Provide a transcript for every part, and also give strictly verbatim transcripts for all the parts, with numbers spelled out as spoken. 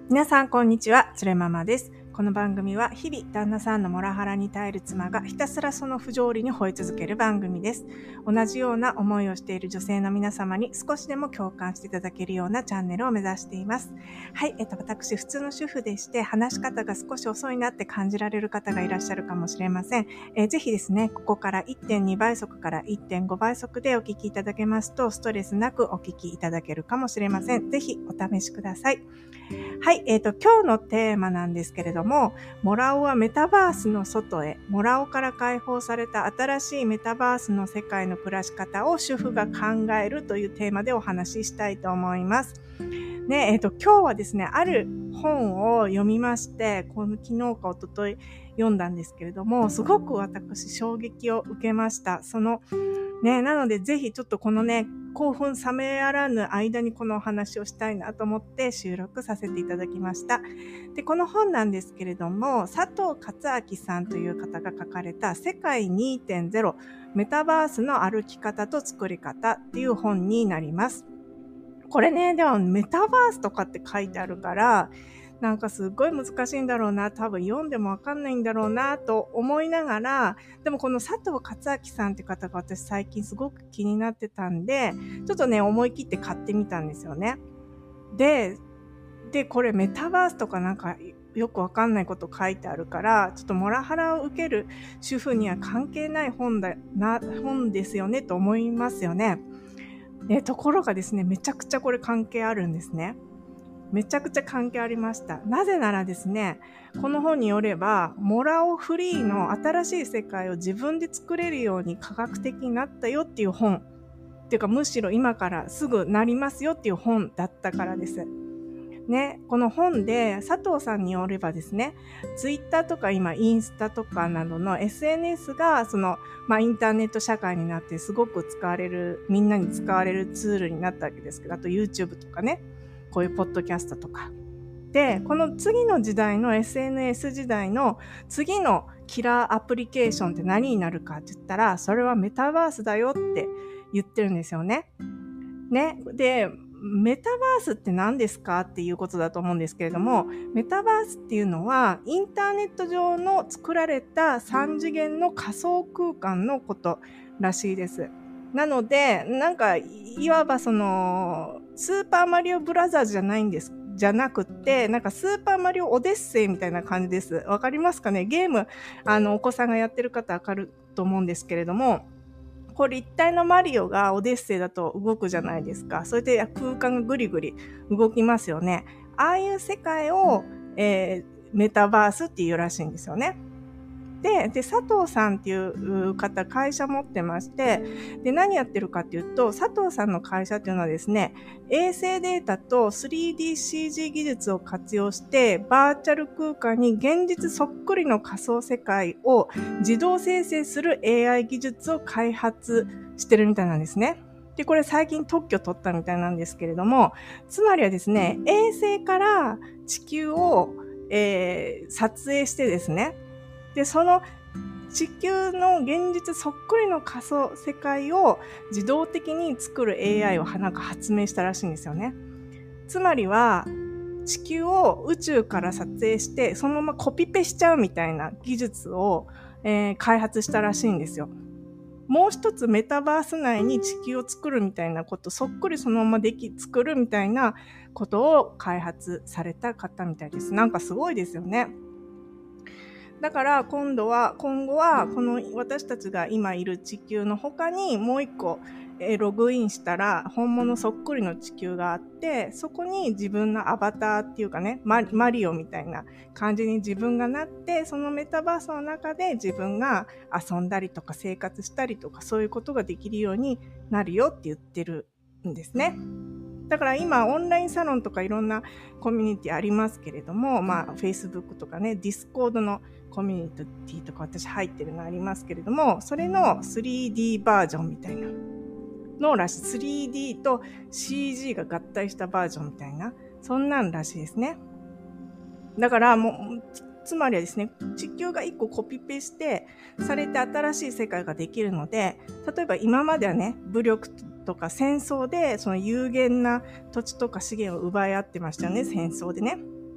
皆さんこんにちは、つれママです。この番組は日々旦那さんのモラハラに耐える妻がひたすらその不条理に吠え続ける番組です。同じような思いをしている女性の皆様に少しでも共感していただけるようなチャンネルを目指しています。はい、えっと、私、普通の主婦でして話し方が少し遅いなって感じられる方がいらっしゃるかもしれません。えー、ぜひですね、ここから いってんに 倍速から いってんご 倍速でお聞きいただけますと、ストレスなくお聞きいただけるかもしれません。ぜひお試しください。はい、えっと、今日のテーマなんですけれども、モラオはメタバースの外へ、モラオから解放された新しいメタバースの世界の暮らし方を主婦が考えるというテーマでお話ししたいと思います。ね、えっと、今日はですね、ある本を読みまして、この昨日か一昨日読んだんですけれども、すごく私衝撃を受けました。そのね、なのでぜひちょっとこのね、興奮冷めやらぬ間にこのお話をしたいなと思って収録させていただきました。で、この本なんですけれども、佐藤勝明さんという方が書かれた世界 にてんゼロ メタバースの歩き方と作り方っていう本になります。これね、でもメタバースとかって書いてあるから、なんかすごい難しいんだろうな、多分読んでもわかんないんだろうなと思いながら、でもこの佐藤勝明さんって方が私最近すごく気になってたんで、ちょっとね、思い切って買ってみたんですよね。で、で、これメタバースとかなんかよくわかんないこと書いてあるから、ちょっとモラハラを受ける主婦には関係ない本だな、本ですよねと思いますよね。で、ところがですね、めちゃくちゃこれ関係あるんですね。めちゃくちゃ関係ありました。なぜならですね、この本によれば、モラオフリーの新しい世界を自分で作れるように科学的になったよっていう本。っていうか、むしろ今からすぐなりますよっていう本だったからです。ね、この本で佐藤さんによればですね、ツイッターとか今インスタとかなどの エスエヌエス がその、まあインターネット社会になってすごく使われる、みんなに使われるツールになったわけですけど、あと YouTube とかね、こういうポッドキャストとか。で、この次の時代の エスエヌエス 時代の次のキラーアプリケーションって何になるかって言ったら、それはメタバースだよって言ってるんですよね。ね。で、メタバースって何ですかっていうことだと思うんですけれども、メタバースっていうのはインターネット上の作られた三次元の仮想空間のことらしいです。なので、なんか、いわばその、スーパーマリオブラザーズじゃないんです。じゃなくて、なんかスーパーマリオオデッセイみたいな感じです。わかりますかね？ゲーム、あの、お子さんがやってる方わかると思うんですけれども、こう立体のマリオがオデッセイだと動くじゃないですか。それで空間がぐりぐり動きますよね。ああいう世界を、えー、メタバースっていうらしいんですよね。で、で、佐藤さんっていう方、会社持ってまして、で、何やってるかっていうと、佐藤さんの会社っていうのはですね、衛星データと スリーディーシージー 技術を活用して、バーチャル空間に現実そっくりの仮想世界を自動生成する エーアイ 技術を開発してるみたいなんですね。で、これ最近特許取ったみたいなんですけれども、つまりはですね、衛星から地球を、えー、撮影してですね、で、その地球の現実そっくりの仮想世界を自動的に作る エーアイ をなんか発明したらしいんですよね。つまりは、地球を宇宙から撮影して、そのままコピペしちゃうみたいな技術を、えー、開発したらしいんですよ。もう一つメタバース内に地球を作るみたいなこと、そっくりそのままでき、作るみたいなことを開発された方みたいです。なんかすごいですよね。だから今度は、今後はこの私たちが今いる地球の他にもう一個ログインしたら本物そっくりの地球があって、そこに自分のアバターっていうかね、マリオみたいな感じに自分がなって、そのメタバースの中で自分が遊んだりとか生活したりとかそういうことができるようになるよって言ってるんですね。だから今オンラインサロンとかいろんなコミュニティありますけれども、まあ Facebook とかね、Discord のコミュニティとか私入ってるのありますけれども、それの スリーディー バージョンみたいなのらしい。スリーディー と シージー が合体したバージョンみたいな、そんなんらしいですね。だからもう、つまりはですね、地球が一個コピペしてされて新しい世界ができるので、例えば今まではね、武力とか戦争でその有限な土地とか資源を奪い合ってましたよね、戦争でね。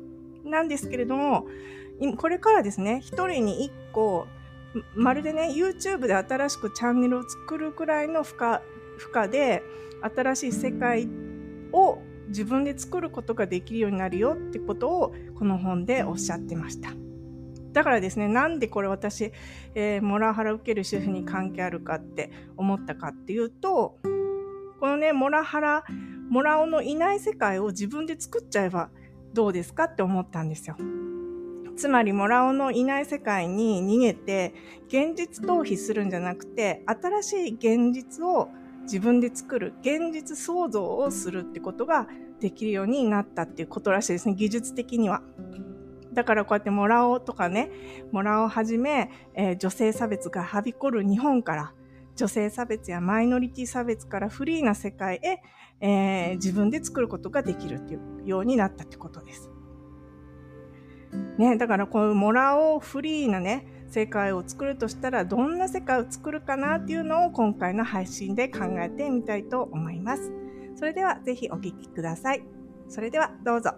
なんですけれども、これからですね、一人に一個、まるでね、YouTube で新しくチャンネルを作るくらいの負荷、負荷で、新しい世界を自分で作ることができるようになるよってことを、この本でおっしゃってました。だからですね、なんでこれ私、えー、モラハラ受ける主婦に関係あるかって思ったかっていうと、このね、モラハラ、モラオのいない世界を自分で作っちゃえばどうですかって思ったんですよ。つまり、モラオのいない世界に逃げて、現実逃避するんじゃなくて、新しい現実を自分で作る、現実創造をするってことができるようになったっていうことらしいですね、技術的には。だからこうやってモラオとかね、モラオをはじめ、えー、女性差別がはびこる日本から、女性差別やマイノリティ差別からフリーな世界へ、えー、自分で作ることができるっていうようになったってことです。ね、だからこのモラオフリーなね、世界を作るとしたらどんな世界を作るかなっていうのを今回の配信で考えてみたいと思います。それではぜひお聞きください。それではどうぞ。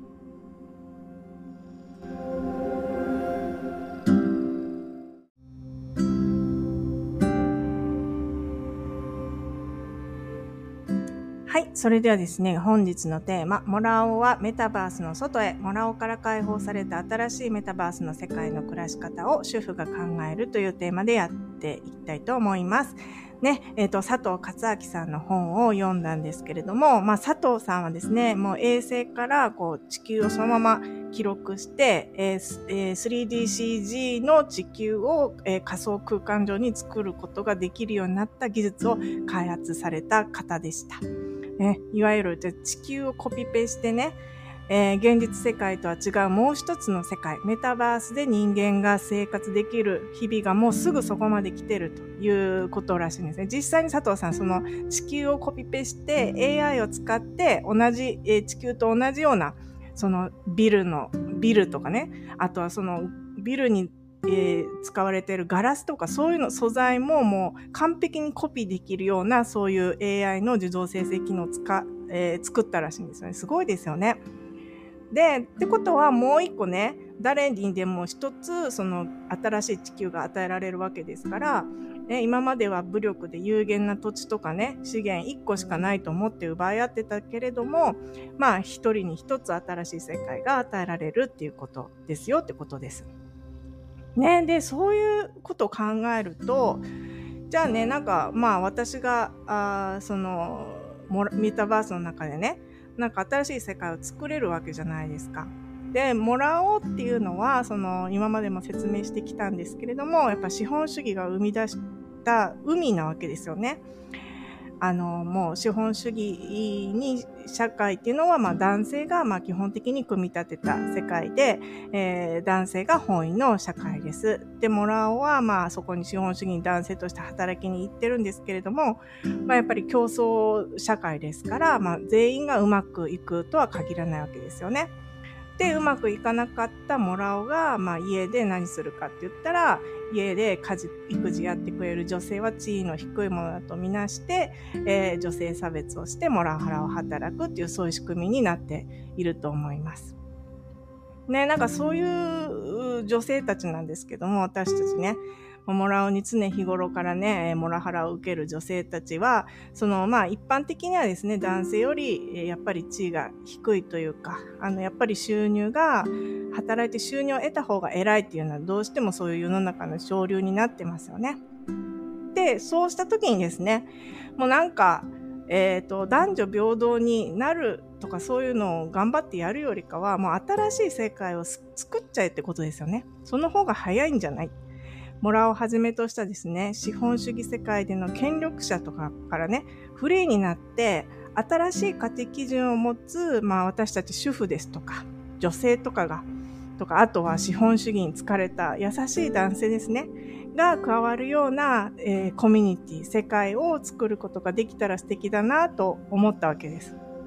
はい。それではですね、本日のテーマ、モラオはメタバースの外へ、モラオから解放された新しいメタバースの世界の暮らし方を主婦が考えるというテーマでやっていきたいと思います。ね、えっと、佐藤勝明さんの本を読んだんですけれども、まあ、佐藤さんはですね、もう衛星からこう地球をそのまま記録して、えー、スリーディーシージー の地球を、えー、仮想空間上に作ることができるようになった技術を開発された方でした。ね、いわゆる地球をコピペしてね、えー、現実世界とは違うもう一つの世界、メタバースで人間が生活できる日々がもうすぐそこまで来てるということらしいんですね。実際に佐藤さん、その地球をコピペして エーアイ を使って同じ、えー、地球と同じようなそのビルの、ビルとかね、あとはそのビルにえー、使われているガラスとかそういうの素材ももう完璧にコピーできるようなそういう エーアイ の自動生成機能を使、えー、作ったらしいんですよね。すごいですよね。で、ってことはもう一個ね、誰にでも一つその新しい地球が与えられるわけですから、ね、今までは武力で有限な土地とかね、資源一個しかないと思って奪い合ってたけれども、まあ一人に一つ新しい世界が与えられるっていうことですよってことです。ね、で、そういうことを考えると、じゃあね、なんか、まあ私が、あその、メタバースの中でね、なんか新しい世界を作れるわけじゃないですか。で、もらおうっていうのは、その、今までも説明してきたんですけれども、やっぱ資本主義が生み出した海なわけですよね。あの、もう資本主義に社会っていうのは、まあ男性がまあ基本的に組み立てた世界で、えー、男性が本位の社会です。で、モラオはまあそこに資本主義に男性として働きに行ってるんですけれども、まあやっぱり競争社会ですから、まあ全員がうまくいくとは限らないわけですよね。で、うまくいかなかったモラオが、まあ家で何するかって言ったら、家で家事、育児やってくれる女性は地位の低いものだとみなして、えー、女性差別をしてモラハラを働くっていうそういう仕組みになっていると思います。ね、なんかそういう女性たちなんですけども、私たちね、モラオに常日頃からね、モラハラを受ける女性たちは、そのまあ一般的にはですね、男性よりやっぱり地位が低いというか、あのやっぱり収入が、働いて収入を得た方が偉いっていうのはどうしてもそういう世の中の潮流になってますよね。で、そうした時にですね、もうなんか、えっと、男女平等になるとかそういうのを頑張ってやるよりかは、もう新しい世界を作っちゃえってことですよね。その方が早いんじゃない？モラをはじめとしたですね、資本主義世界での権力者とかからね、フリーになって、新しい価値基準を持つ、まあ私たち主婦ですとか、女性とかが、とか、あとは資本主義に疲れた優しい男性ですね、が加わるような、えー、コミュニティ、世界を作ることができたら素敵だなと思ったわけです。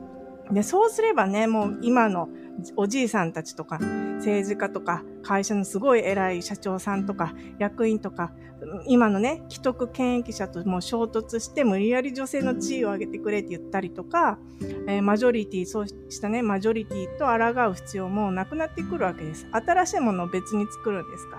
で、そうすればね、もう今のおじいさんたちとか、政治家とか、会社のすごい偉い社長さんとか、役員とか、今のね、既得権益者ともう衝突して、無理やり女性の地位を上げてくれって言ったりとか、えー、マジョリティ、そうしたね、マジョリティと抗う必要もなくなってくるわけです。新しいものを別に作るんですから。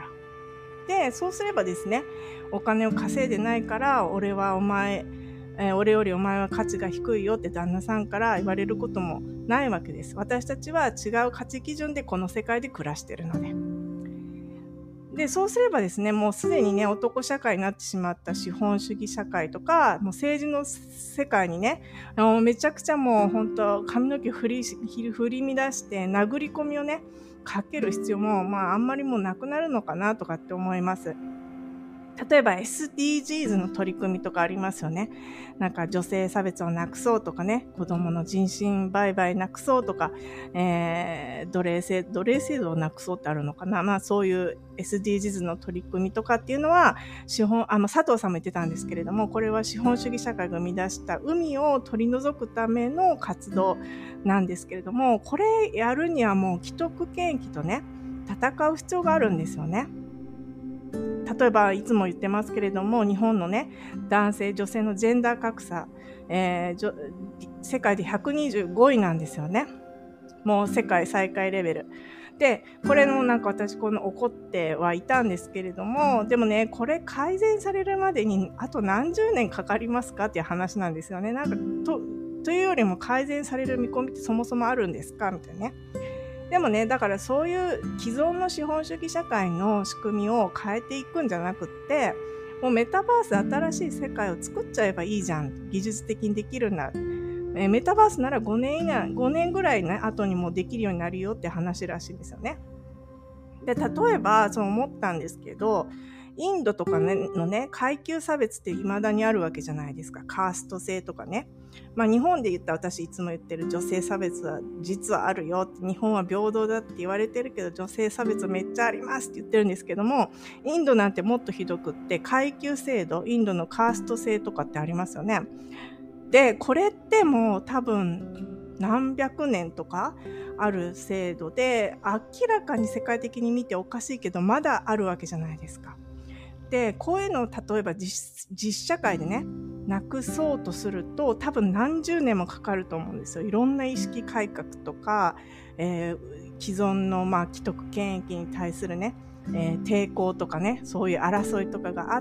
で、そうすればですね、お金を稼いでないから、俺はお前、えー、俺よりお前は価値が低いよって旦那さんから言われることもないわけです。私たちは違う価値基準でこの世界で暮らしているので。で、そうすればですね、もうすでにね、男社会になってしまった資本主義社会とか、もう政治の世界にね、もうめちゃくちゃもう本当髪の毛振り、振り乱して殴り込みをね、かける必要も、まああんまりもうなくなるのかなとかって思います。例えば エスディージーズ の取り組みとかありますよね。なんか女性差別をなくそうとかね、子供の人身売買なくそうとか、えー、奴隷制、奴隷制度をなくそうってあるのかな。まあそういう エスディージーズ の取り組みとかっていうのは、資本、あ、まあ佐藤さんも言ってたんですけれども、これは資本主義社会が生み出した海を取り除くための活動なんですけれども、これやるにはもう既得権益とね、戦う必要があるんですよね。例えばいつも言ってますけれども、日本のね、男性女性のジェンダー格差、えー、世界でひゃくにじゅうごいなんですよね。もう世界最下位レベルで、これもなんか私この怒ってはいたんですけれども、でもね、これ改善されるまでにあと何十年かかりますかっていう話なんですよね。なんかとというよりも改善される見込みってそもそもあるんですかみたいなね。でもね、だからそういう既存の資本主義社会の仕組みを変えていくんじゃなくって、もうメタバース新しい世界を作っちゃえばいいじゃん。技術的にできるんだ。えメタバースならごねん以内、ごねんぐらいね、後にもできるようになるよって話らしいんですよね。で、例えば、そう思ったんですけど、インドとかのね、階級差別って未だにあるわけじゃないですか。カースト制とかね。まあ日本で言った私いつも言ってる女性差別は実はあるよって、日本は平等だって言われてるけど女性差別めっちゃありますって言ってるんですけども、インドなんてもっとひどくって階級制度、インドのカースト制とかってありますよね。で、これってもう多分何百年とかある制度で、明らかに世界的に見ておかしいけどまだあるわけじゃないですか。で、こういうのを例えば 実, 実社会でね、なくそうとすると多分何十年もかかると思うんですよ。いろんな意識改革とか、えー、既存のまあ既得権益に対するね、えー、抵抗とかね、そういう争いとかがあって、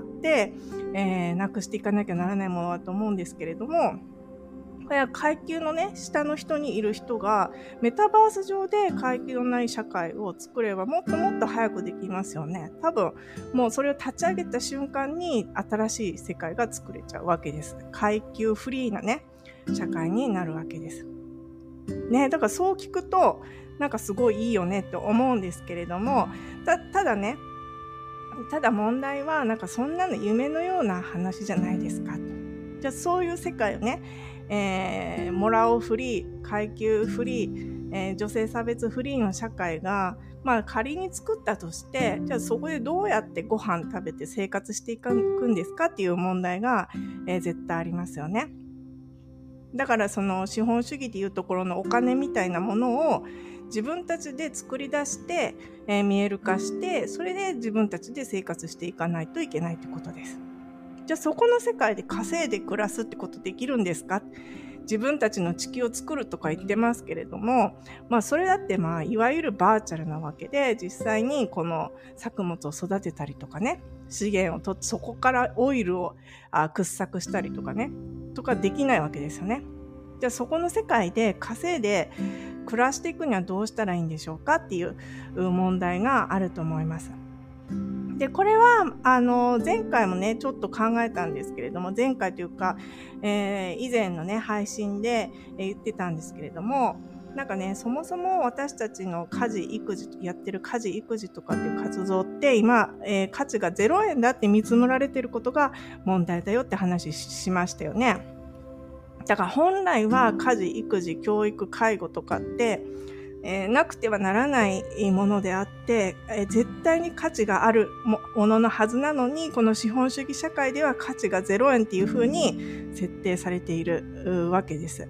えー、なくしていかなきゃならないものだと思うんですけれども、これは階級のね、下の人にいる人がメタバース上で階級のない社会を作ればもっともっと早くできますよね。多分もうそれを立ち上げた瞬間に新しい世界が作れちゃうわけです。階級フリーなね、社会になるわけです。ね、だからそう聞くとなんかすごいいいよねって思うんですけれども、た、ただね、ただ問題はなんかそんなの夢のような話じゃないですか。じゃあそういう世界をね、えー、モラルフリー、階級フリー、えー、女性差別フリーの社会が、まあ仮に作ったとして、じゃあそこでどうやってご飯食べて生活していくんですかっていう問題が、えー、絶対ありますよね。だからその資本主義でいうところのお金みたいなものを自分たちで作り出して、えー、見える化して、それで自分たちで生活していかないといけないってことです。じゃあそこの世界で稼いで暮らすってことできるんですか？自分たちの地球を作るとか言ってますけれども、まあそれだってまあいわゆるバーチャルなわけで、実際にこの作物を育てたりとかね、資源を取ってそこからオイルをあ掘削したりとかね、とかできないわけですよね。じゃあそこの世界で稼いで暮らしていくにはどうしたらいいんでしょうかっていう問題があると思います。で、これは、あの、前回もね、ちょっと考えたんですけれども、前回というか、えー、以前のね、配信で言ってたんですけれども、なんかね、そもそも私たちの家事、育児、やってる家事、育児とかっていう活動って、今、えー、価値がゼロえんだって見積もられてることが問題だよって話しましたよね。だから本来は家事、育児、教育、介護とかって、えー、なくてはならないものであって、えー、絶対に価値があるもののはずなのに、この資本主義社会では価値がゼロえんっていう風に設定されているわけです。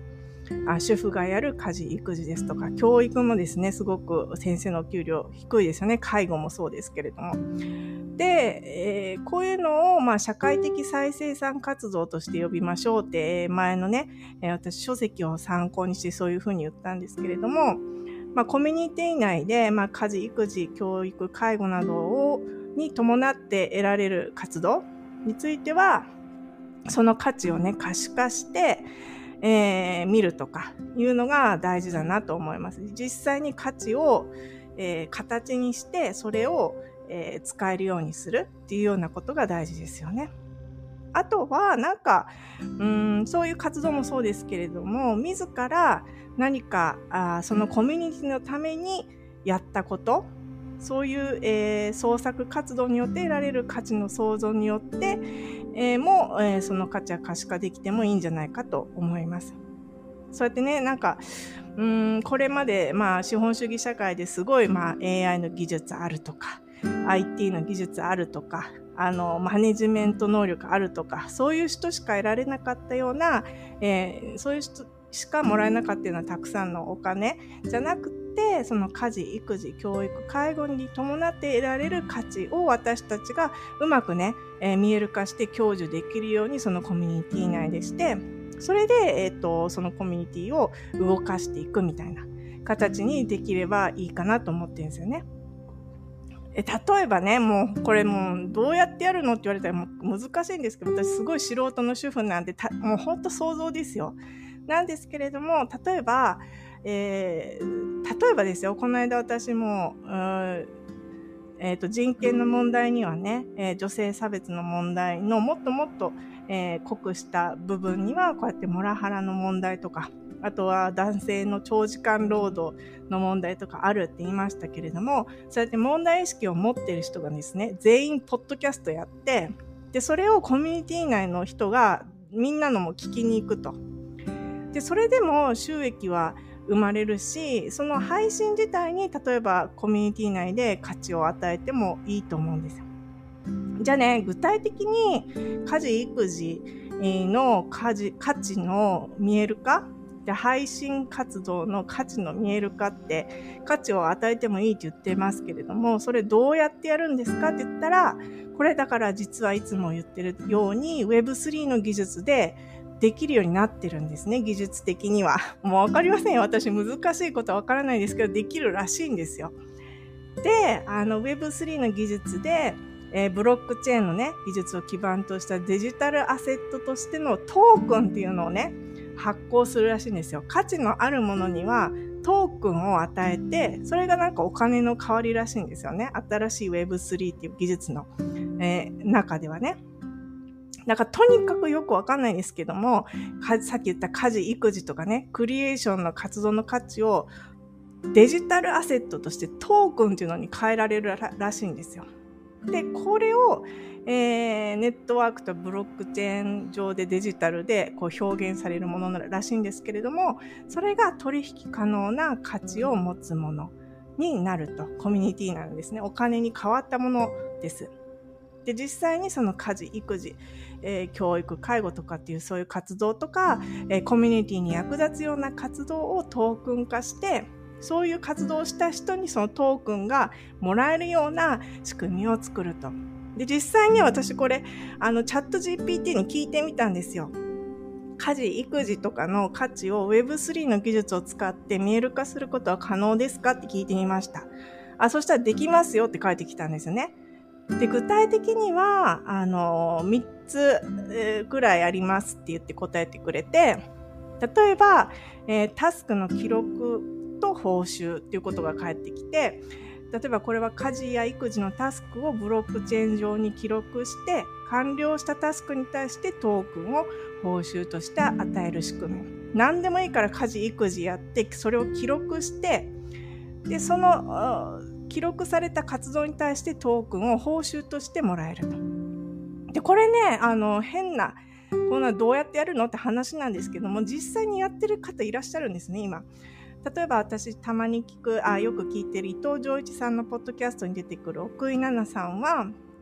あ主婦がやる家事育児ですとか、教育もですね、すごく先生のお給料低いですよね。介護もそうですけれども。で、えー、こういうのを、まあ、社会的再生産活動として呼びましょうって、前のね、えー、私書籍を参考にしてそういうふうに言ったんですけれども、まあ、コミュニティ内で、まあ、家事、育児、教育、介護などをに伴って得られる活動については、その価値をね、可視化して、えー、見るとかいうのが大事だなと思います。実際に価値を、えー、形にして、それをえー、使えるようにするっていうようなことが大事ですよね。あとはなんかうーんそういう活動もそうですけれども、自ら何かあそのコミュニティのためにやったこと、そういう、えー、創作活動によって得られる価値の創造によって、えー、も、えー、その価値は可視化できてもいいんじゃないかと思います。そうやってね、なんかうーんこれまで、まあ、資本主義社会ですごい、まあ、エーアイ の技術あるとかアイティー の技術あるとか、あの、マネジメント能力あるとか、そういう人しか得られなかったような、えー、そういう人しかもらえなかったようなたくさんのお金じゃなくて、その家事、育児、教育、介護に伴って得られる価値を私たちがうまくね、えー、見える化して享受できるようにそのコミュニティ内でして、それで、えーと、そのコミュニティを動かしていくみたいな形にできればいいかなと思ってるんですよね。え例えばね、もうこれもうどうやってやるのって言われたらもう難しいんですけど、私すごい素人の主婦なんで、たもう本当想像ですよ。なんですけれども、例えば、えー、例えばですよ、この間私も、えーと、人権の問題にはね、えー、女性差別の問題のもっともっと、えー、濃くした部分には、こうやってモラハラの問題とか、あとは男性の長時間労働の問題とかあるって言いましたけれども、そうやって問題意識を持っている人がですね、全員ポッドキャストやって、で、それをコミュニティ内の人がみんなのも聞きに行くと。で、それでも収益は生まれるし、その配信自体に例えばコミュニティ内で価値を与えてもいいと思うんですよ。じゃあね、具体的に家事育児の価値、価値の見える化で配信活動の価値の見える化って価値を与えてもいいって言ってますけれども、それどうやってやるんですかって言ったら、これだから実はいつも言ってるように ウェブスリー の技術でできるようになってるんですね、技術的には。もうわかりませんよ。私難しいことはわからないですけど、できるらしいんですよ。で、あの ウェブスリー の技術で、えー、ブロックチェーンのね、技術を基盤としたデジタルアセットとしてのトークンっていうのをね、発行するらしいんですよ。価値のあるものにはトークンを与えて、それがなんかお金の代わりらしいんですよね。新しい ウェブスリー っていう技術の、えー、中ではね。なんかとにかくよくわかんないんですけども、さっき言った家事、育児とかね、クリエーションの活動の価値をデジタルアセットとしてトークンっていうのに変えられる ら, らしいんですよ。で、これを、えー、ネットワークとブロックチェーン上でデジタルでこう表現されるものらしいんですけれども、それが取引可能な価値を持つものになると、コミュニティなんですね。お金に変わったものです。で、実際にその家事、育児、えー、教育、介護とかっていうそういう活動とか、えー、コミュニティに役立つような活動をトークン化して、そういう活動をした人にそのトークンがもらえるような仕組みを作ると。で、実際に私これ、あの、チャット ジーピーティー に聞いてみたんですよ。家事、育児とかの価値を ウェブスリー の技術を使って見える化することは可能ですかって聞いてみました。あ、そしたらできますよって書いてきたんですよね。で、具体的には、あの、みっつくらいありますって言って答えてくれて、例えば、えー、タスクの記録と報酬っていうことが返ってきて、例えばこれは家事や育児のタスクをブロックチェーン上に記録して、完了したタスクに対してトークンを報酬として与える仕組み。何でもいいから家事、育児やって、それを記録して、で、その、記録された活動に対してトークンを報酬としてもらえると。で、これね、あの、変な、こんなどうやってやるのって話なんですけども、実際にやってる方いらっしゃるんですね、今。例えば私たまに聞く、あ、よく聞いてる伊藤浄一さんのポッドキャストに出てくる奥井奈々さんは、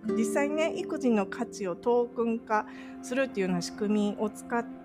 実際にね、育児の価値をトークン化するっていうような仕組みを使って、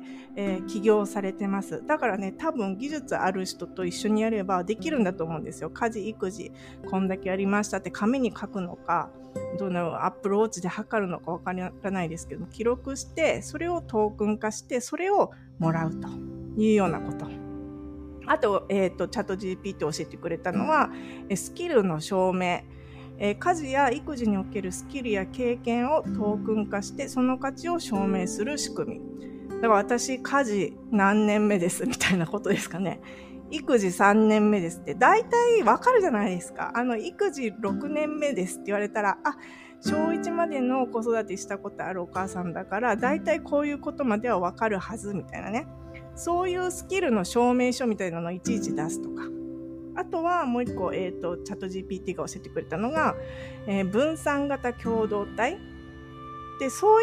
えー、起業されてます。だからね、多分技術ある人と一緒にやればできるんだと思うんですよ。家事、育児、こんだけやりましたって紙に書くのか、どのアップルウォッチで測るのかわからないですけども、記録して、それをトークン化して、それをもらうというようなこと。あと、えっと、チャット ジーピーティー 教えてくれたのは、スキルの証明。えー、家事や育児におけるスキルや経験をトークン化してその価値を証明する仕組み。だから私家事何年目ですみたいなことですかね。育児さんねんめですって大体わかるじゃないですか。あの育児ろくねんめですって言われたら、あ、しょういちまでの子育てしたことあるお母さんだから大体こういうことまではわかるはずみたいなね。そういうスキルの証明書みたいなのをいちいち出すとか。あとはもう一個、えっと、チャット ジーピーティー が教えてくれたのが、えー、分散型共同体。で、そういう、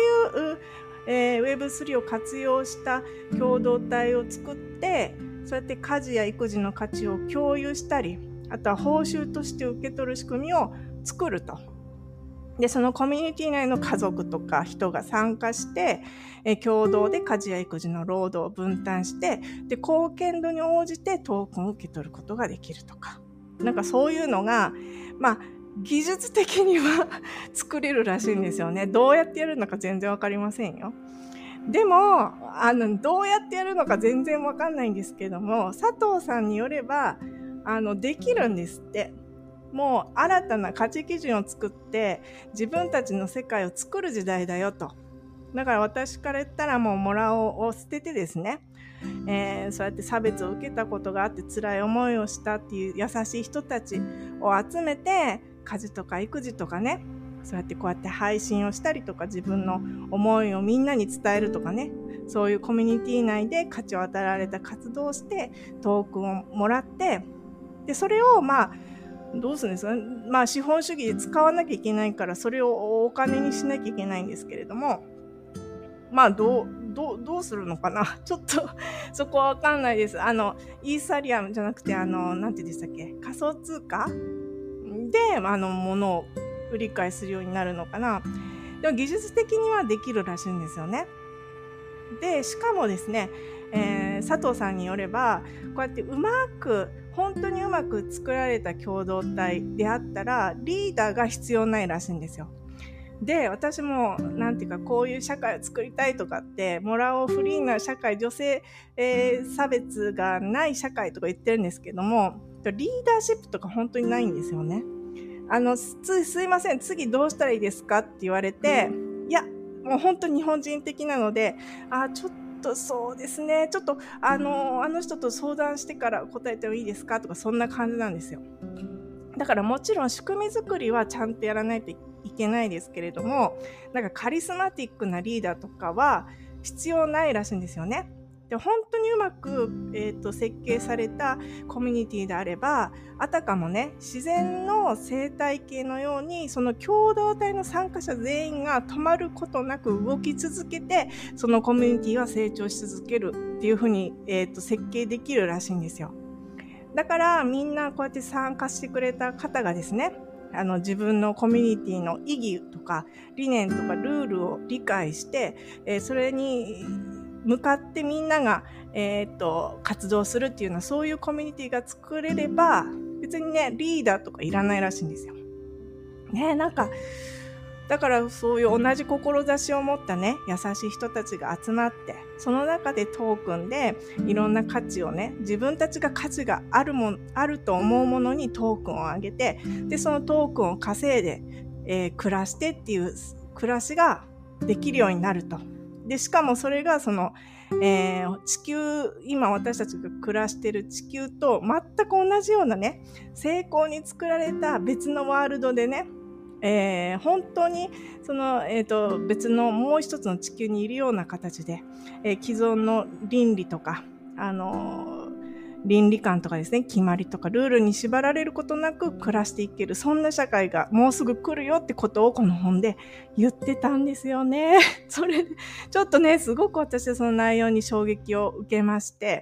えー、ウェブスリー を活用した共同体を作って、そうやって家事や育児の価値を共有したり、あとは報酬として受け取る仕組みを作ると。で、そのコミュニティ内の家族とか人が参加して、えー、共同で家事や育児の労働を分担して、で、貢献度に応じてトークンを受け取ることができるとか。なんかそういうのが、まあ、技術的には作れるらしいんですよね。どうやってやるのか全然わかりませんよ。でも、あの、どうやってやるのか全然わかんないんですけども、佐藤さんによれば、あの、できるんですって。もう新たな価値基準を作って自分たちの世界を作る時代だよと。だから私から言ったらもうモラオを捨ててですね、えー、そうやって差別を受けたことがあって辛い思いをしたっていう優しい人たちを集めて家事とか育児とかね、そうやってこうやって配信をしたりとか自分の思いをみんなに伝えるとかね、そういうコミュニティ内で価値を与えられた活動をしてトークンをもらって、でそれをまあどうするんですかね。まあ資本主義で使わなきゃいけないからそれをお金にしなきゃいけないんですけれども、まあどう、どう、どうするのかなちょっとそこはわかんないです。あの、イーサリアムじゃなくて、あの、なんてでしたっけ、仮想通貨で、あの、物を売り買いするようになるのかな。でも技術的にはできるらしいんですよね。で、しかもですね、えー、佐藤さんによれば、こうやってうまく、本当にうまく作られた共同体であったら、リーダーが必要ないらしいんですよ。で、私も、なんていうか、こういう社会を作りたいとかって、モラオフリーな社会、女性、えー、差別がない社会とか言ってるんですけども、リーダーシップとか本当にないんですよね。あの、す、すいません、次どうしたらいいですかって言われて、いや、もう本当に日本人的なので、あ、ちょっとそうですね、ちょっと、あの、あの人と相談してから答えてもいいですかとか、そんな感じなんですよ。だからもちろん仕組み作りはちゃんとやらないといけないですけれども、なんかカリスマティックなリーダーとかは必要ないらしいんですよね。で、本当にうまく、えーと、設計されたコミュニティであれば、あたかもね、自然の生態系のように、その共同体の参加者全員が止まることなく動き続けて、そのコミュニティは成長し続けるっていうふうに、えーと、設計できるらしいんですよ。だからみんなこうやって参加してくれた方がですね、あの自分のコミュニティの意義とか理念とかルールを理解して、えー、それに向かってみんなが、えー、っと活動するっていうのはそういうコミュニティが作れれば別にねリーダーとかいらないらしいんですよ。ね、なんかだからそういう同じ志を持ったね優しい人たちが集まってその中でトークンでいろんな価値をね自分たちが価値があるもんあると思うものにトークンをあげてでそのトークンを稼いで、えー、暮らしてっていう暮らしができるようになると。でしかもそれがその、えー、地球今私たちが暮らしている地球と全く同じようなね精巧に作られた別のワールドでねえー、本当にその、えーと、別のもう一つの地球にいるような形で、えー、既存の倫理とか、あのー、倫理観とかですね、決まりとかルールに縛られることなく暮らしていける、そんな社会がもうすぐ来るよってことをこの本で言ってたんですよね。それで、ちょっとね、すごく私はその内容に衝撃を受けまして、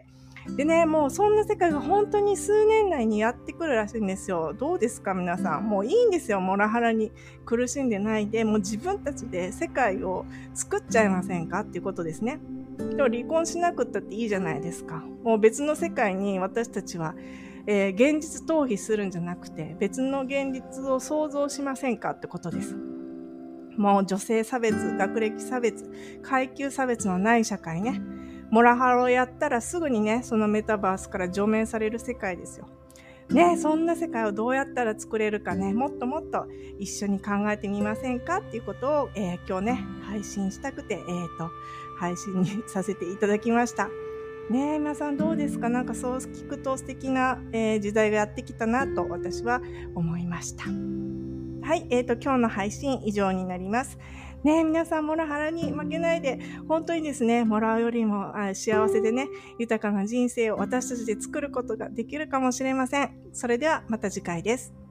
でね、もうそんな世界が本当に数年内にやってくるらしいんですよ。どうですか皆さん。もういいんですよ。モラハラに苦しんでないで、もう自分たちで世界を作っちゃいませんかっていうことですね。でも離婚しなくったっていいじゃないですか。もう別の世界に私たちは、えー、現実逃避するんじゃなくて、別の現実を想像しませんかってことです。もう女性差別、学歴差別、階級差別のない社会ね。モラハラをやったらすぐにね、そのメタバースから除名される世界ですよ。ね、そんな世界をどうやったら作れるかね、もっともっと一緒に考えてみませんかっていうことを、えー、今日ね、配信したくて、えーと、配信にさせていただきました。ねえ、皆さんどうですか？なんかそう聞くと素敵な、えー、時代がやってきたなと私は思いました。はい、えーと、今日の配信以上になります。ねえ、皆さんモラハラに負けないで、本当にですね、もらうよりも幸せでね、豊かな人生を私たちで作ることができるかもしれません。それではまた次回です。